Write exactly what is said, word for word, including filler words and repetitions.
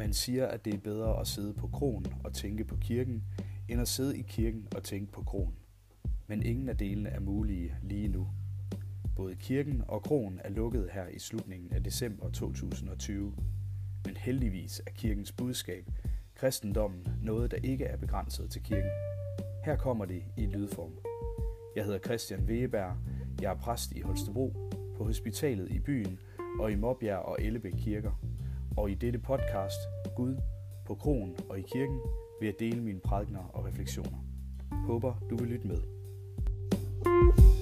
Man siger, at det er bedre at sidde på kroen og tænke på kirken, end at sidde i kirken og tænke på kroen. Men ingen af delene er mulige lige nu. Både kirken og kroen er lukket her i slutningen af december to tusind og tyve. Men heldigvis er kirkens budskab, kristendommen, noget, der ikke er begrænset til kirken. Her kommer det i lydform. Jeg hedder Christian Wegeberg. Jeg er præst i Holstebro, på hospitalet i byen og i Måbjerg og Ellebæk kirker. Og i dette podcast, Gud, på kroen og i kirken, vil jeg dele mine prædikener og refleksioner. Håber, du vil lytte med.